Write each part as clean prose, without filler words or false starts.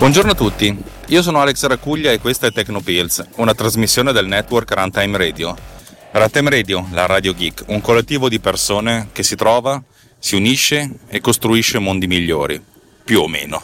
Buongiorno a tutti, io sono Alex Racuglia e questa è Tecnopills, una trasmissione del network Runtime Radio. Runtime Radio, la Radio Geek, un collettivo di persone che si trova, si unisce e costruisce mondi migliori, più o meno.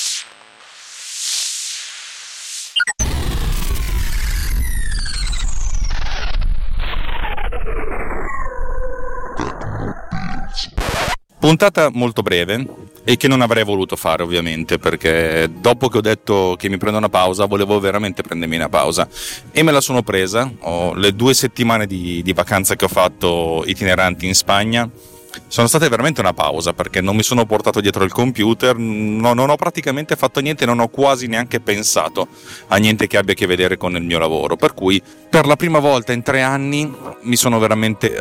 Puntata molto breve e che non avrei voluto fare ovviamente, perché dopo che ho detto che mi prendo una pausa volevo veramente prendermi una pausa e me la sono presa. Le 2 settimane di vacanza che ho fatto itineranti in Spagna sono state veramente una pausa, perché non mi sono portato dietro il computer, non ho praticamente fatto niente, non ho quasi neanche pensato a niente che abbia a che vedere con il mio lavoro, per cui per la prima volta in 3 anni mi sono veramente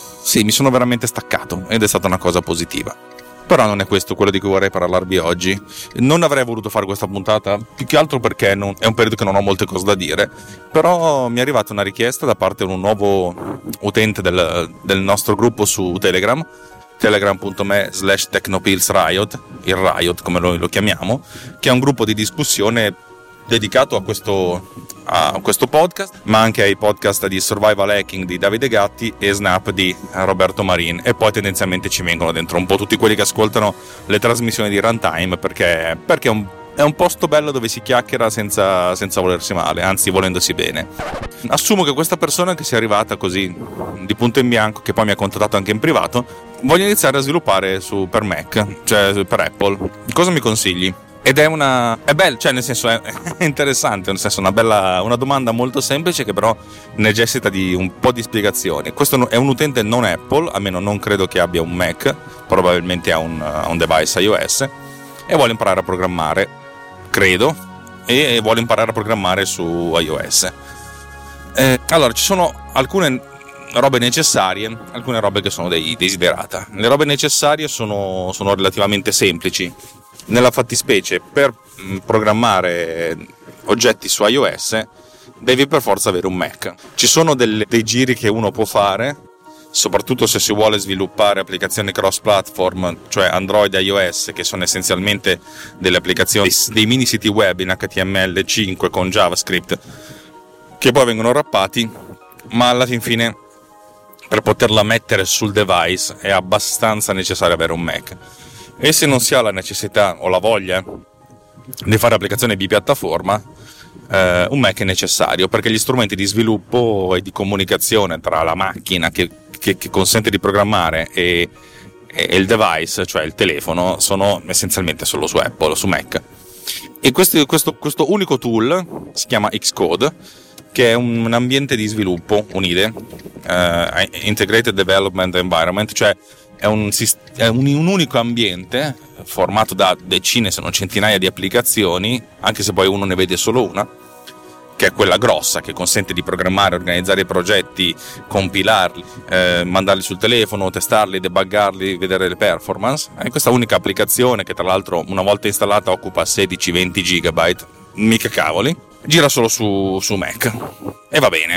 staccato ed è stata una cosa positiva. Però non è questo quello di cui vorrei parlarvi oggi. Non avrei voluto fare questa puntata, più che altro perché è un periodo che non ho molte cose da dire, però mi è arrivata una richiesta da parte di un nuovo utente del nostro gruppo su Telegram, telegram.me/technopillsriot, il Riot come noi lo chiamiamo, che è un gruppo di discussione dedicato a questo podcast, ma anche ai podcast di Survival Hacking di Davide Gatti e Snap di Roberto Marin, e poi tendenzialmente ci vengono dentro un po' tutti quelli che ascoltano le trasmissioni di Runtime, perché è un posto bello dove si chiacchiera senza volersi male, anzi volendosi bene. Assumo che questa persona che sia arrivata così di punto in bianco, che poi mi ha contattato anche in privato, voglia iniziare a sviluppare per Mac, cioè per Apple. Cosa mi consigli? Ed è bello, cioè nel senso è interessante, nel senso una domanda molto semplice che però necessita di un po' di spiegazioni. Questo è un utente non Apple, almeno non credo che abbia un Mac, probabilmente ha un device iOS e vuole imparare a programmare, credo, e vuole imparare a programmare su iOS. Allora, ci sono alcune robe necessarie, alcune robe che sono dei desiderata. Le robe necessarie sono relativamente semplici. Nella fattispecie, per programmare oggetti su iOS devi per forza avere un Mac. Ci sono dei giri che uno può fare, soprattutto se si vuole sviluppare applicazioni cross-platform, cioè Android e iOS, che sono essenzialmente delle applicazioni, dei mini siti web in HTML5 con JavaScript, che poi vengono wrappati, ma alla fine per poterla mettere sul device è abbastanza necessario avere un Mac. E se non si ha la necessità o la voglia di fare applicazioni bipiattaforma, un Mac è necessario, perché gli strumenti di sviluppo e di comunicazione tra la macchina che consente di programmare e il device, cioè il telefono, sono essenzialmente solo su Apple, su Mac. E questo unico tool si chiama Xcode, che è un ambiente di sviluppo, un IDE, Integrated Development Environment, cioè è un unico ambiente formato da decine se non centinaia di applicazioni, anche se poi uno ne vede solo una, che è quella grossa, che consente di programmare, organizzare i progetti, compilarli, mandarli sul telefono, testarli, debuggarli, vedere le performance. E questa unica applicazione, che tra l'altro una volta installata occupa 16-20 gigabyte, mica cavoli, gira solo su Mac e va bene.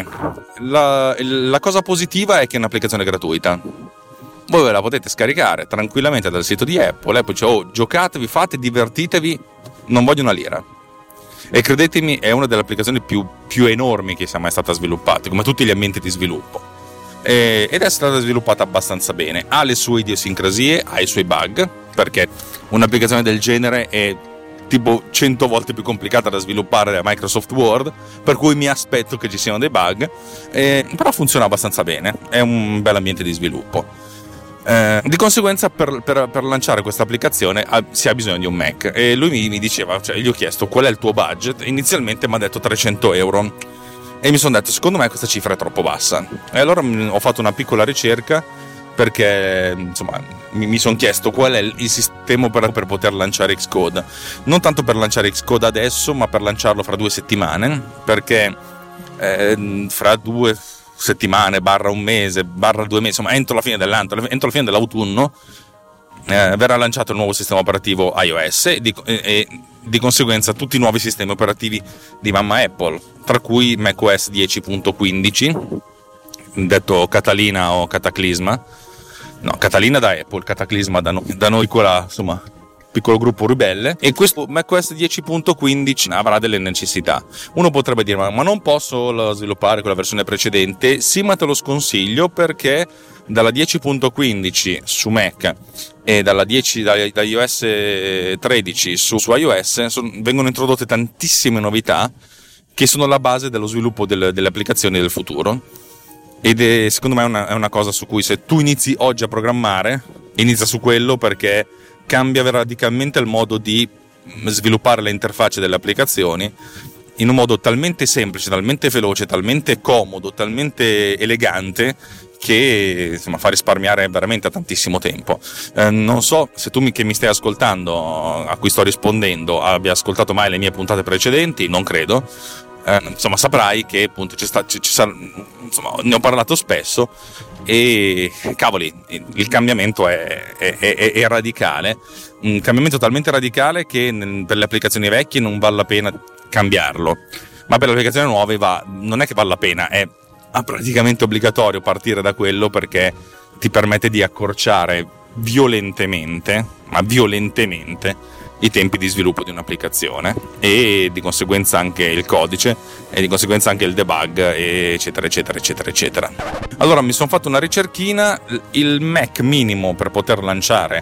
La cosa positiva è che è un'applicazione gratuita. Voi ve la potete scaricare tranquillamente dal sito di Apple. Apple dice: giocatevi, fate, divertitevi, non voglio una lira. E credetemi, è una delle applicazioni più enormi che sia mai stata sviluppata, come tutti gli ambienti di sviluppo, ed è stata sviluppata abbastanza bene. Ha le sue idiosincrasie, ha i suoi bug, perché un'applicazione del genere è tipo 100 volte più complicata da sviluppare da Microsoft Word, per cui mi aspetto che ci siano dei bug, però funziona abbastanza bene, è un bel ambiente di sviluppo. Di conseguenza per lanciare questa applicazione si ha bisogno di un Mac, e lui mi diceva, cioè gli ho chiesto qual è il tuo budget. Inizialmente mi ha detto 300 euro e mi sono detto, secondo me questa cifra è troppo bassa, e allora ho fatto una piccola ricerca, perché insomma mi sono chiesto qual è il sistema per poter lanciare Xcode, non tanto per lanciare Xcode adesso, ma per lanciarlo fra 2 settimane, perché fra 2 settimane / un mese / 2 mesi, insomma entro la fine dell'autunno verrà lanciato il nuovo sistema operativo iOS e di conseguenza tutti i nuovi sistemi operativi di mamma Apple, tra cui macOS 10.15, detto Catalina o Cataclisma. No, Catalina da Apple, Cataclisma da noi quella, insomma, piccolo gruppo ribelle, e questo macOS 10.15 avrà delle necessità. Uno potrebbe dire ma non posso sviluppare con la versione precedente? Sì, ma te lo sconsiglio, perché dalla 10.15 su Mac e da iOS 13 su iOS vengono introdotte tantissime novità che sono la base dello sviluppo delle applicazioni del futuro, ed secondo me è una cosa su cui, se tu inizi oggi a programmare, inizia su quello, perché cambia radicalmente il modo di sviluppare le interfacce delle applicazioni in un modo talmente semplice, talmente veloce, talmente comodo, talmente elegante, che insomma fa risparmiare veramente tantissimo tempo. Non so se tu che mi stai ascoltando, a cui sto rispondendo, abbia ascoltato mai le mie puntate precedenti, non credo. Insomma, saprai che appunto insomma, ne ho parlato spesso, e cavoli, il cambiamento è radicale, un cambiamento talmente radicale che per le applicazioni vecchie non vale la pena cambiarlo, ma per le applicazioni nuove non è che vale la pena, è praticamente obbligatorio partire da quello, perché ti permette di accorciare violentemente i tempi di sviluppo di un'applicazione, e di conseguenza anche il codice, e di conseguenza anche il debug, eccetera eccetera eccetera eccetera. Allora mi sono fatto una ricerchina. Il Mac minimo per poter lanciare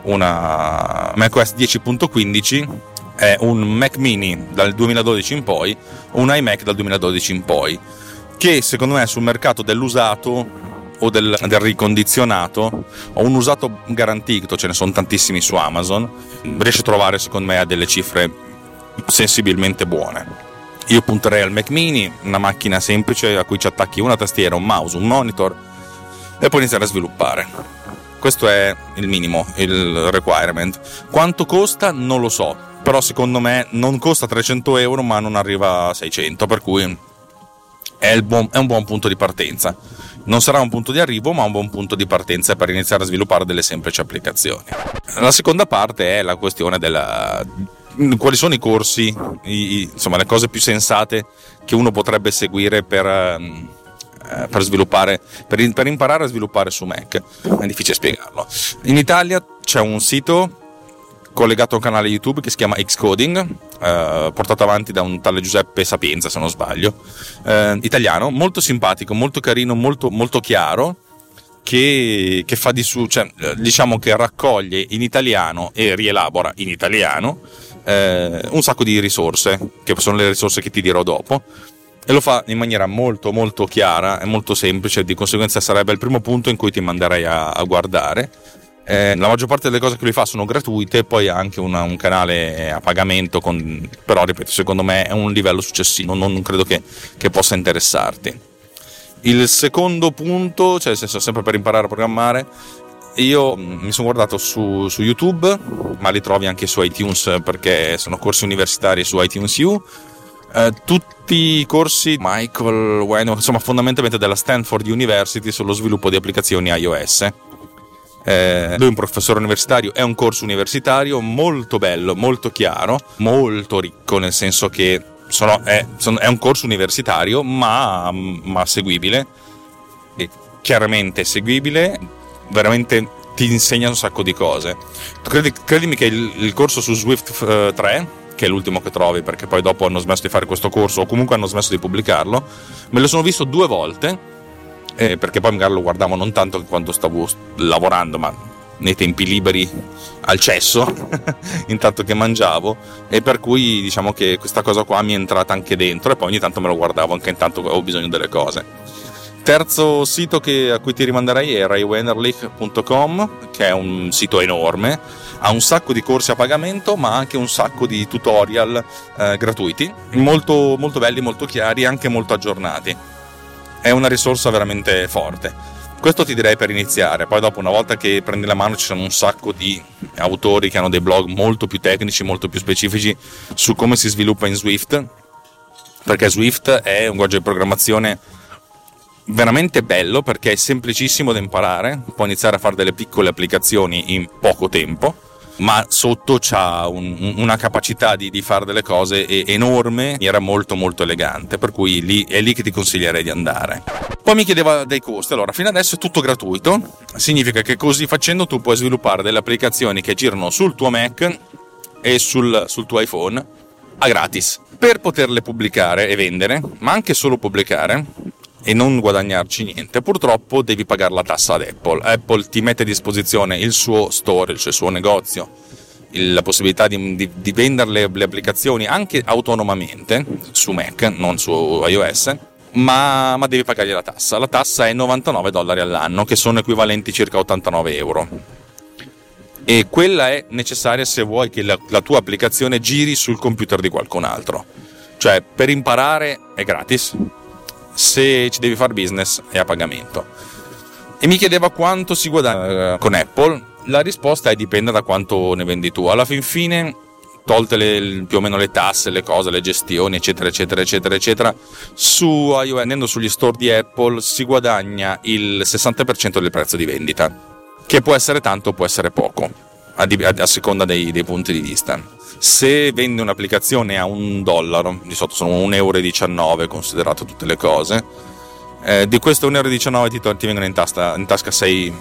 una macOS 10.15 è un Mac mini dal 2012 in poi, un iMac dal 2012 in poi, che secondo me sul mercato dell'usato o del ricondizionato, o un usato garantito, ce ne sono tantissimi su Amazon, riesce a trovare secondo me a delle cifre sensibilmente buone. Io punterei al Mac mini, una macchina semplice a cui ci attacchi una tastiera, un mouse, un monitor, e poi iniziare a sviluppare. Questo è il minimo, il requirement. Quanto costa? Non lo so, però secondo me non costa 300 euro, ma non arriva a 600, per cui è un buon punto di partenza. Non sarà un punto di arrivo, ma un buon punto di partenza per iniziare a sviluppare delle semplici applicazioni. La seconda parte è la questione quali sono i corsi, insomma le cose più sensate che uno potrebbe seguire per sviluppare, per imparare a sviluppare su Mac. È difficile spiegarlo. In Italia c'è un sito collegato a un canale YouTube che si chiama Xcoding, portato avanti da un tale Giuseppe Sapienza, se non sbaglio, italiano, molto simpatico, molto carino, molto, molto chiaro, che fa diciamo che raccoglie in italiano e rielabora in italiano un sacco di risorse, che sono le risorse che ti dirò dopo, e lo fa in maniera molto molto chiara e molto semplice. Di conseguenza sarebbe il primo punto in cui ti manderei a guardare. La maggior parte delle cose che lui fa sono gratuite, poi ha anche un canale a pagamento, però ripeto, secondo me è un livello successivo, non credo che possa interessarti. Il secondo punto, cioè sempre per imparare a programmare, io mi sono guardato su YouTube, ma li trovi anche su iTunes, perché sono corsi universitari su iTunes U, tutti i corsi Michael Wayne, insomma fondamentalmente della Stanford University sullo sviluppo di applicazioni iOS. Lui è un professore universitario, è un corso universitario molto bello, molto chiaro, molto ricco, nel senso che è un corso universitario ma seguibile, e chiaramente seguibile, veramente ti insegna un sacco di cose. Credimi che il corso su Swift 3, che è l'ultimo che trovi, perché poi dopo hanno smesso di fare questo corso, o comunque hanno smesso di pubblicarlo, me lo sono visto 2 volte, perché poi magari lo guardavo non tanto quando stavo lavorando, ma nei tempi liberi al cesso intanto che mangiavo, e per cui diciamo che questa cosa qua mi è entrata anche dentro, e poi ogni tanto me lo guardavo anche intanto che avevo bisogno delle cose. Terzo sito a cui ti rimanderei è raywennerlich.com, che è un sito enorme, ha un sacco di corsi a pagamento, ma anche un sacco di tutorial gratuiti, molto, molto belli, molto chiari, anche molto aggiornati. È una risorsa veramente forte. Questo ti direi per iniziare. Poi dopo, una volta che prendi la mano, ci sono un sacco di autori che hanno dei blog molto più tecnici, molto più specifici su come si sviluppa in Swift, perché Swift è un linguaggio di programmazione veramente bello, perché è semplicissimo da imparare, puoi iniziare a fare delle piccole applicazioni in poco tempo, ma sotto c'ha una capacità di fare delle cose enorme, era molto molto elegante, per cui è lì che ti consiglierei di andare. Poi mi chiedeva dei costi. Allora, fino adesso è tutto gratuito, significa che così facendo tu puoi sviluppare delle applicazioni che girano sul tuo Mac e sul tuo iPhone a gratis, per poterle pubblicare e vendere, ma anche solo pubblicare e non guadagnarci niente. Purtroppo devi pagare la tassa ad Apple. Apple ti mette a disposizione il suo store, cioè il suo negozio, la possibilità di vendere le applicazioni anche autonomamente su Mac, non su iOS, ma devi pagargli la tassa. La tassa è $99 all'anno, che sono equivalenti circa €89, e quella è necessaria se vuoi che la tua applicazione giri sul computer di qualcun altro. Cioè, per imparare è gratis, se ci devi fare business è a pagamento. E mi chiedeva quanto si guadagna con Apple. La risposta è: dipende da quanto ne vendi tu. Alla fin fine, tolte più o meno le tasse, le cose, le gestioni, eccetera eccetera eccetera eccetera, su iOS, andando sugli store di Apple, si guadagna il 60% del prezzo di vendita, che può essere tanto, può essere poco, a seconda dei punti di vista. Se vendi un'applicazione a $1, di solito sono €1,19 considerato tutte le cose, di questo €1,19 ti vengono in tasca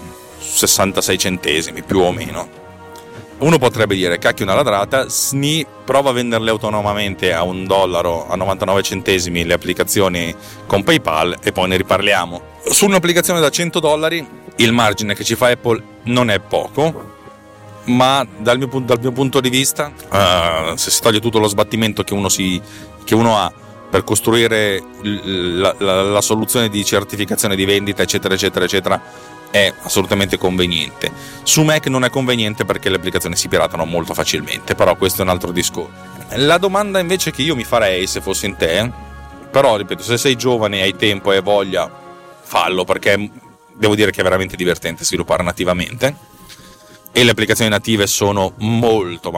66 centesimi più o meno. Uno potrebbe dire: cacchio, una ladrata, prova a venderle autonomamente a $1, a 99 centesimi le applicazioni con PayPal e poi ne riparliamo. Su un'applicazione da $100 il margine che ci fa Apple non è poco, ma dal mio punto di vista, se si toglie tutto lo sbattimento che uno ha per costruire la soluzione di certificazione di vendita, eccetera eccetera eccetera, è assolutamente conveniente. Su Mac non è conveniente perché le applicazioni si piratano molto facilmente, però questo è un altro discorso. La domanda invece che io mi farei se fossi in te, però ripeto, se sei giovane, hai tempo e hai voglia, fallo, perché devo dire che è veramente divertente sviluppare nativamente, e le applicazioni native sono molto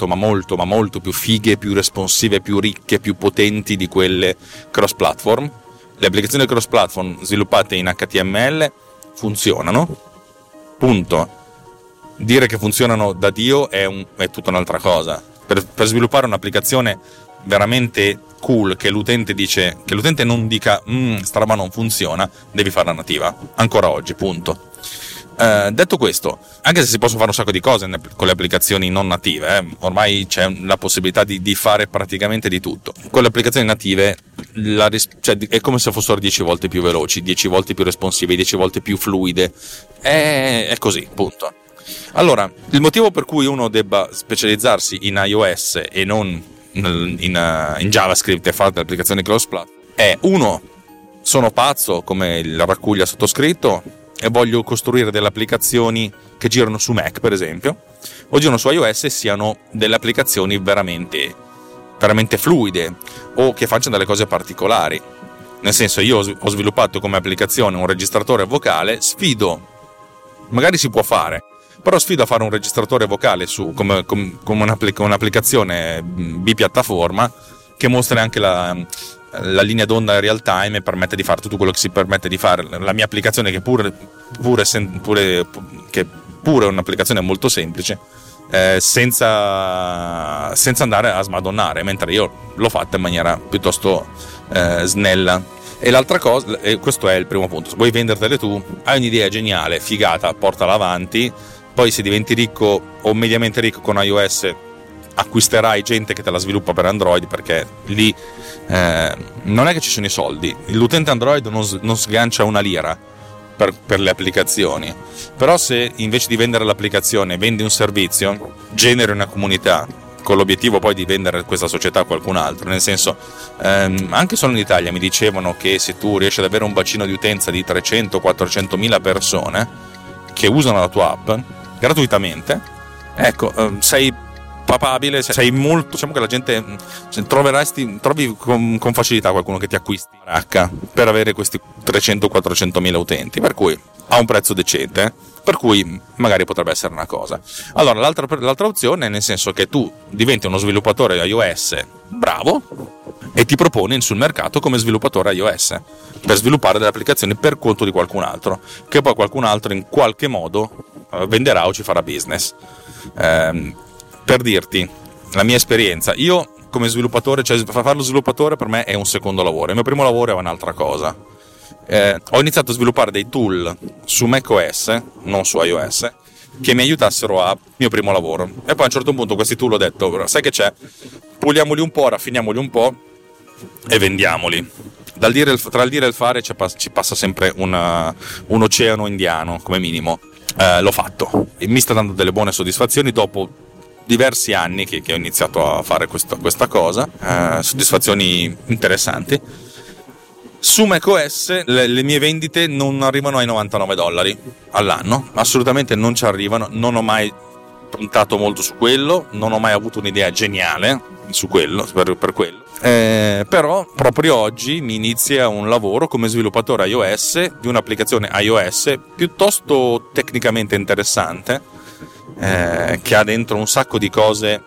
più fighe, più responsive, più ricche, più potenti di quelle cross platform. Le applicazioni cross platform sviluppate in HTML funzionano, punto. Dire che funzionano da Dio è tutta un'altra cosa. Per sviluppare un'applicazione veramente cool, che l'utente non dica sta roba non funziona, devi farla nativa, ancora oggi, punto. Detto questo, anche se si possono fare un sacco di cose con le applicazioni non native, ormai c'è la possibilità di fare praticamente di tutto. Con le applicazioni native è come se fossero 10 volte più veloci, 10 volte più responsive, 10 volte più fluide. È così, punto. Allora, il motivo per cui uno debba specializzarsi in iOS e non in JavaScript e fare delle applicazioni cross-platform è: uno, sono pazzo, come la raccuglia sottoscritto, e voglio costruire delle applicazioni che girano su Mac, per esempio, o girano su iOS e siano delle applicazioni veramente fluide, o che facciano delle cose particolari. Nel senso, io ho sviluppato come applicazione un registratore vocale, magari si può fare, però sfido a fare un registratore vocale come un'applicazione bipiattaforma che mostri anche la linea d'onda real time e permette di fare tutto quello che si permette di fare la mia applicazione, che pure è un'applicazione molto semplice, senza andare a smadonnare, mentre io l'ho fatta in maniera piuttosto snella. E l'altra cosa, e questo è il primo punto: se vuoi vendertele tu, hai un'idea geniale, figata, portala avanti. Poi se diventi ricco o mediamente ricco con iOS, acquisterai gente che te la sviluppa per Android, perché lì non è che ci sono i soldi, l'utente Android non sgancia una lira per le applicazioni. Però se invece di vendere l'applicazione vendi un servizio, generi una comunità con l'obiettivo poi di vendere questa società a qualcun altro. Nel senso, anche solo in Italia mi dicevano che se tu riesci ad avere un bacino di utenza di 300-400 mila persone che usano la tua app gratuitamente, ecco, sei papabile, sei molto, diciamo che la gente trovi con facilità qualcuno che ti acquisti per avere questi 300-400 mila utenti, per cui a un prezzo decente, per cui magari potrebbe essere una cosa. Allora l'altra opzione è nel senso che tu diventi uno sviluppatore iOS bravo e ti proponi sul mercato come sviluppatore iOS per sviluppare delle applicazioni per conto di qualcun altro, che poi qualcun altro in qualche modo venderà o ci farà business. Per dirti la mia esperienza, io come sviluppatore, cioè fare lo sviluppatore per me è un secondo lavoro, il mio primo lavoro è un'altra cosa. Ho iniziato a sviluppare dei tool su macOS, non su iOS, che mi aiutassero a mio primo lavoro, e poi a un certo punto questi tool ho detto, sai che c'è, puliamoli un po', raffiniamoli un po' e vendiamoli. Tra il dire e il fare ci passa sempre un oceano indiano come minimo. L'ho fatto e mi sta dando delle buone soddisfazioni dopo diversi anni che ho iniziato a fare questa cosa, soddisfazioni interessanti. Su macOS le mie vendite non arrivano ai $99 all'anno, assolutamente non ci arrivano, non ho mai puntato molto su quello, non ho mai avuto un'idea geniale su quello, per quello. Però proprio oggi mi inizia un lavoro come sviluppatore iOS di un'applicazione iOS piuttosto tecnicamente interessante, che ha dentro un sacco di cose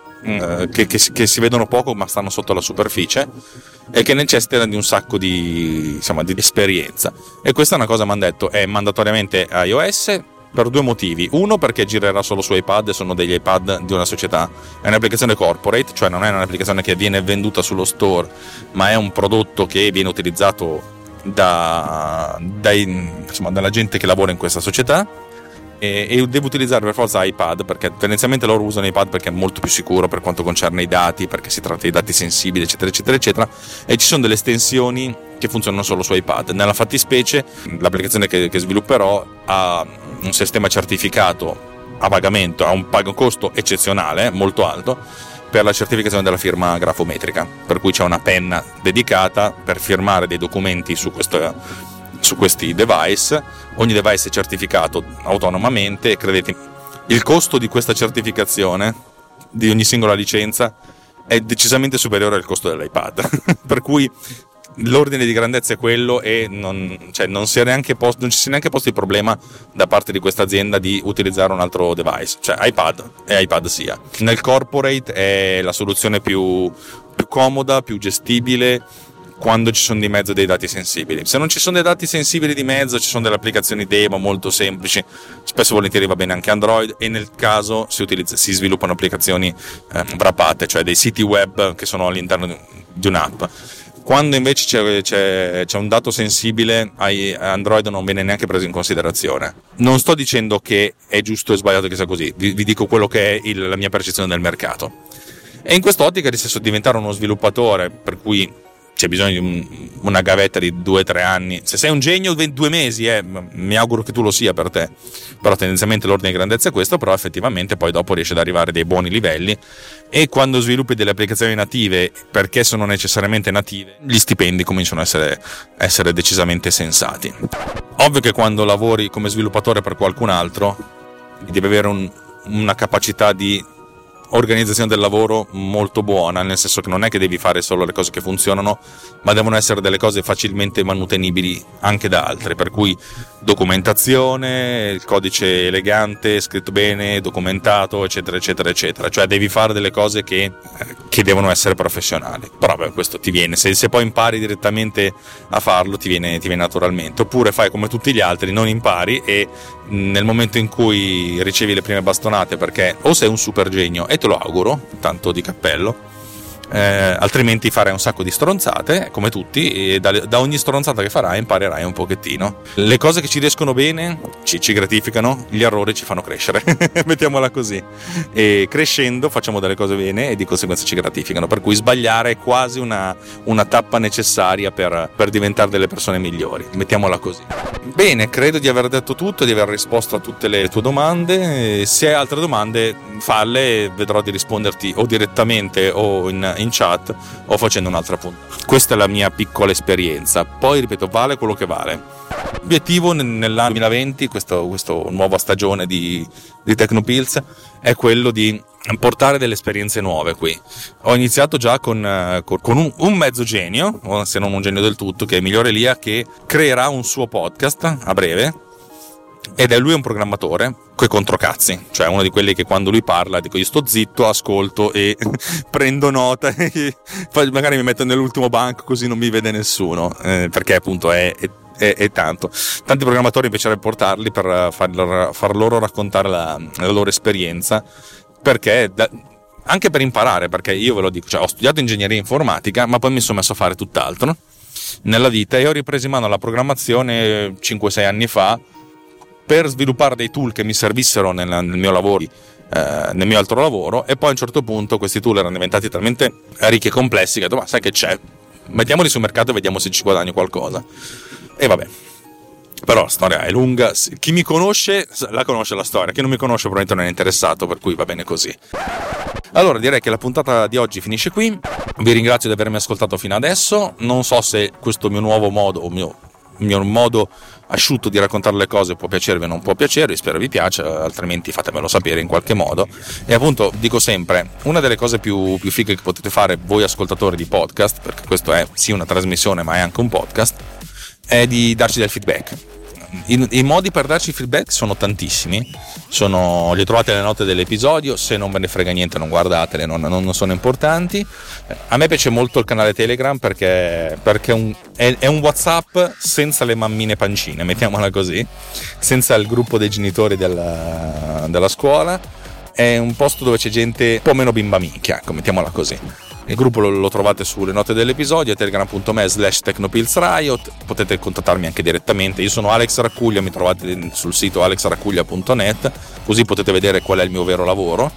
che si vedono poco ma stanno sotto la superficie e che necessitano di un sacco di esperienza. E questa è una cosa, mi hanno detto, è mandatoriamente iOS per due motivi. Uno, perché girerà solo su iPad, sono degli iPad di una società, è un'applicazionna corporate, cioè non è un'applicazione che viene venduta sullo store, ma è un prodotto che viene utilizzato dalla gente che lavora in questa società, e devo utilizzare per forza iPad, perché tendenzialmente loro usano iPad perché è molto più sicuro per quanto concerne i dati, perché si tratta di dati sensibili, eccetera eccetera eccetera, e ci sono delle estensioni che funzionano solo su iPad. Nella fattispecie l'applicazione che svilupperò ha un sistema certificato a pagamento, ha un costo eccezionale, molto alto, per la certificazione della firma grafometrica, per cui c'è una penna dedicata per firmare dei documenti su questi device. Ogni device è certificato autonomamente e credetemi, il costo di questa certificazione di ogni singola licenza è decisamente superiore al costo dell'iPad per cui l'ordine di grandezza è quello, e non ci si è neanche posto il problema da parte di questa azienda di utilizzare un altro device, cioè iPad e iPad sia. Nel corporate è la soluzione più comoda, più gestibile, quando ci sono di mezzo dei dati sensibili. Se non ci sono dei dati sensibili di mezzo, ci sono delle applicazioni demo molto semplici, spesso e volentieri va bene anche Android, e nel caso si sviluppano applicazioni wrappate, cioè dei siti web che sono all'interno di un'app. Quando invece c'è un dato sensibile, Android non viene neanche preso in considerazione. Non sto dicendo che è giusto e sbagliato che sia così, vi dico quello che è la mia percezione del mercato. E in quest'ottica di diventare uno sviluppatore, per cui c'è bisogno di una gavetta di 2-3 anni. Se sei un genio, 2 mesi, mi auguro che tu lo sia per te, però tendenzialmente l'ordine di grandezza è questo, però effettivamente poi dopo riesci ad arrivare a dei buoni livelli, e quando sviluppi delle applicazioni native, perché sono necessariamente native, gli stipendi cominciano a essere decisamente sensati. Ovvio che quando lavori come sviluppatore per qualcun altro devi avere una capacità di organizzazione del lavoro molto buona, nel senso che non è che devi fare solo le cose che funzionano, ma devono essere delle cose facilmente manutenibili anche da altri, per cui documentazione, il codice elegante, scritto bene, documentato, eccetera eccetera eccetera, cioè devi fare delle cose che devono essere professionali. Però questo ti viene, se poi impari direttamente a farlo ti viene naturalmente, oppure fai come tutti gli altri, non impari, e nel momento in cui ricevi le prime bastonate, perché o sei un super genio, e te lo auguro, tanto di cappello, altrimenti farai un sacco di stronzate come tutti, e da ogni stronzata che farai imparerai un pochettino. Le cose che ci riescono bene ci gratificano, gli errori ci fanno crescere mettiamola così, e crescendo facciamo delle cose bene e di conseguenza ci gratificano, per cui sbagliare è quasi una tappa necessaria per diventare delle persone migliori, mettiamola così. Bene, credo di aver detto tutto, di aver risposto a tutte le tue domande. Se hai altre domande falle, vedrò di risponderti o direttamente o in chat o facendo un'altra puntata. Questa è la mia piccola esperienza, poi ripeto, vale quello che vale. L'obiettivo nell'anno 2020, questa nuova stagione di Tecnopills, è quello di portare delle esperienze nuove qui. Ho iniziato già con un mezzo genio, se non un genio del tutto, che è Migliore Elia, che creerà un suo podcast a breve, ed è lui un programmatore coi controcazzi, cioè uno di quelli che quando lui parla dico io sto zitto, ascolto e prendo nota e magari mi metto nell'ultimo banco così non mi vede nessuno, perché appunto è tanto. Tanti programmatori mi piacerebbe portarli per far loro raccontare la loro esperienza perché anche per imparare, perché io ve lo dico, cioè ho studiato ingegneria informatica, ma poi mi sono messo a fare tutt'altro nella vita e ho ripreso in mano la programmazione 5-6 anni fa per sviluppare dei tool che mi servissero nel mio lavoro, nel mio altro lavoro, e poi a un certo punto questi tool erano diventati talmente ricchi e complessi che ho detto, ma sai che c'è, mettiamoli sul mercato e vediamo se ci guadagno qualcosa. E vabbè, però la storia è lunga, chi mi conosce la conosce la storia, chi non mi conosce probabilmente non è interessato, per cui va bene così. Allora direi che la puntata di oggi finisce qui, vi ringrazio di avermi ascoltato fino adesso, non so se questo mio nuovo modo, o mio modo asciutto di raccontare le cose può piacervi o non può piacervi, spero vi piaccia, altrimenti fatemelo sapere in qualche modo. E appunto dico sempre, una delle cose più fighe che potete fare voi ascoltatori di podcast, perché questo è sì una trasmissione ma è anche un podcast, è di darci del feedback. I modi per darci feedback sono tantissimi, li trovate nelle note dell'episodio, se non ve ne frega niente non guardatele, non sono importanti. A me piace molto il canale Telegram perché è un WhatsApp senza le mammine pancine, mettiamola così, senza il gruppo dei genitori della scuola, è un posto dove c'è gente un po' meno bimba minchia, ecco, mettiamola così. Il gruppo lo trovate sulle note dell'episodio, telegram.me/technopillsriot, potete contattarmi anche direttamente, io sono Alex Raccuglia, mi trovate sul sito alexraccuglia.net, così potete vedere qual è il mio vero lavoro.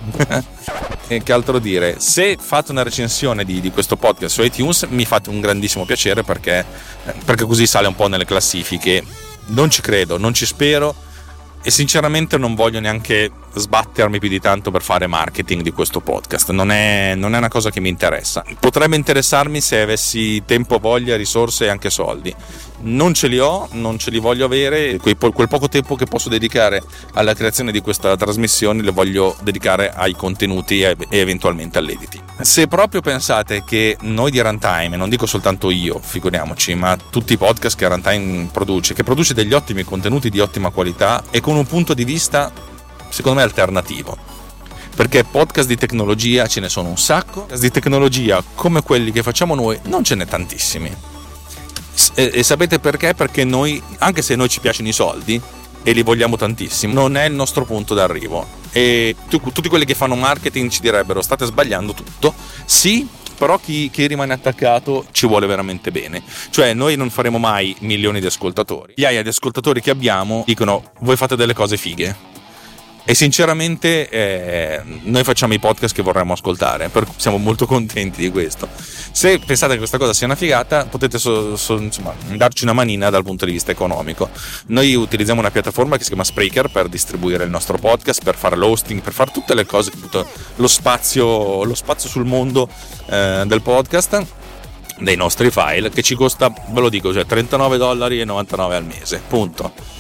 E che altro dire, se fate una recensione di questo podcast su iTunes mi fate un grandissimo piacere, perché così sale un po' nelle classifiche. Non ci credo, non ci spero, e sinceramente non voglio neanche sbattermi più di tanto per fare marketing di questo podcast, non è una cosa che mi interessa. Potrebbe interessarmi se avessi tempo, voglia, risorse e anche soldi. Non ce li ho, non ce li voglio avere, quel poco tempo che posso dedicare alla creazione di questa trasmissione lo voglio dedicare ai contenuti e eventualmente all'editing. Se proprio pensate che noi di Runtime, non dico soltanto io, figuriamoci, ma tutti i podcast che Runtime che produce degli ottimi contenuti di ottima qualità e con un punto di vista secondo me alternativo, perché podcast di tecnologia ce ne sono un sacco, podcast di tecnologia come quelli che facciamo noi non ce n'è tantissimi, e sapete perché? Perché noi, anche se noi ci piacciono i soldi e li vogliamo tantissimo, non è il nostro punto d'arrivo, e tutti quelli che fanno marketing ci direbbero state sbagliando tutto. Sì, però chi rimane attaccato ci vuole veramente bene, cioè noi non faremo mai milioni di ascoltatori, gli ascoltatori che abbiamo dicono voi fate delle cose fighe, e sinceramente noi facciamo i podcast che vorremmo ascoltare, siamo molto contenti di questo. Se pensate che questa cosa sia una figata, potete insomma, darci una manina dal punto di vista economico. Noi utilizziamo una piattaforma che si chiama Spreaker per distribuire il nostro podcast, per fare l'hosting, per fare tutte le cose, tutto lo spazio sul mondo del podcast, dei nostri file, che ci costa, ve lo dico, cioè $39,99 al mese, punto.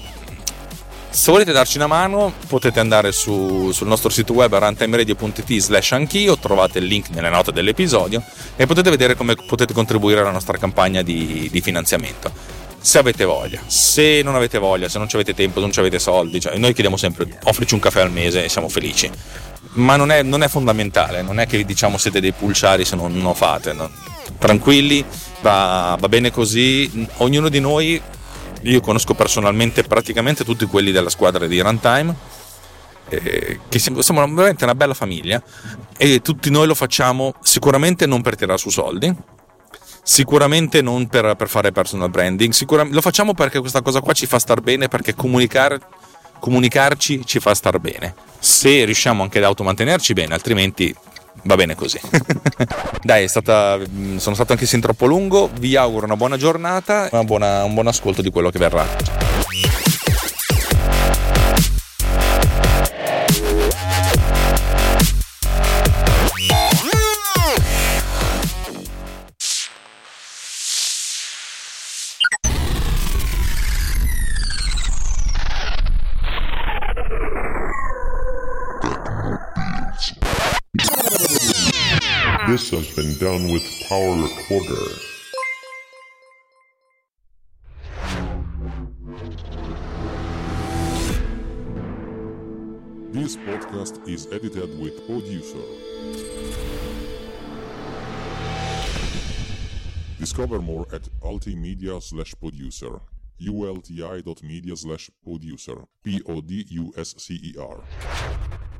Se volete darci una mano potete andare sul nostro sito web runtimeradio.it/anch'io, trovate il link nelle note dell'episodio e potete vedere come potete contribuire alla nostra campagna di finanziamento, se avete voglia. Se non avete voglia, se non ci avete tempo, non ci avete soldi, cioè noi chiediamo sempre offrici un caffè al mese e siamo felici, ma non è fondamentale, non è che vi diciamo siete dei pulciari se non lo fate, no? Tranquilli, va bene così. Ognuno di noi, io conosco personalmente praticamente tutti quelli della squadra di Runtime, che siamo veramente una bella famiglia, e tutti noi lo facciamo sicuramente non per tirare su soldi, sicuramente non per fare personal branding, lo facciamo perché questa cosa qua ci fa star bene, perché comunicarci ci fa star bene, se riusciamo anche ad automantenerci bene, altrimenti va bene così. Dai, sono stato anche sin troppo lungo, vi auguro una buona giornata e un buon ascolto di quello che verrà. This has been done with Power Recorder. This podcast is edited with Producer. Discover more at ultimedia/producer. ulti.media/producer. PODUSCER.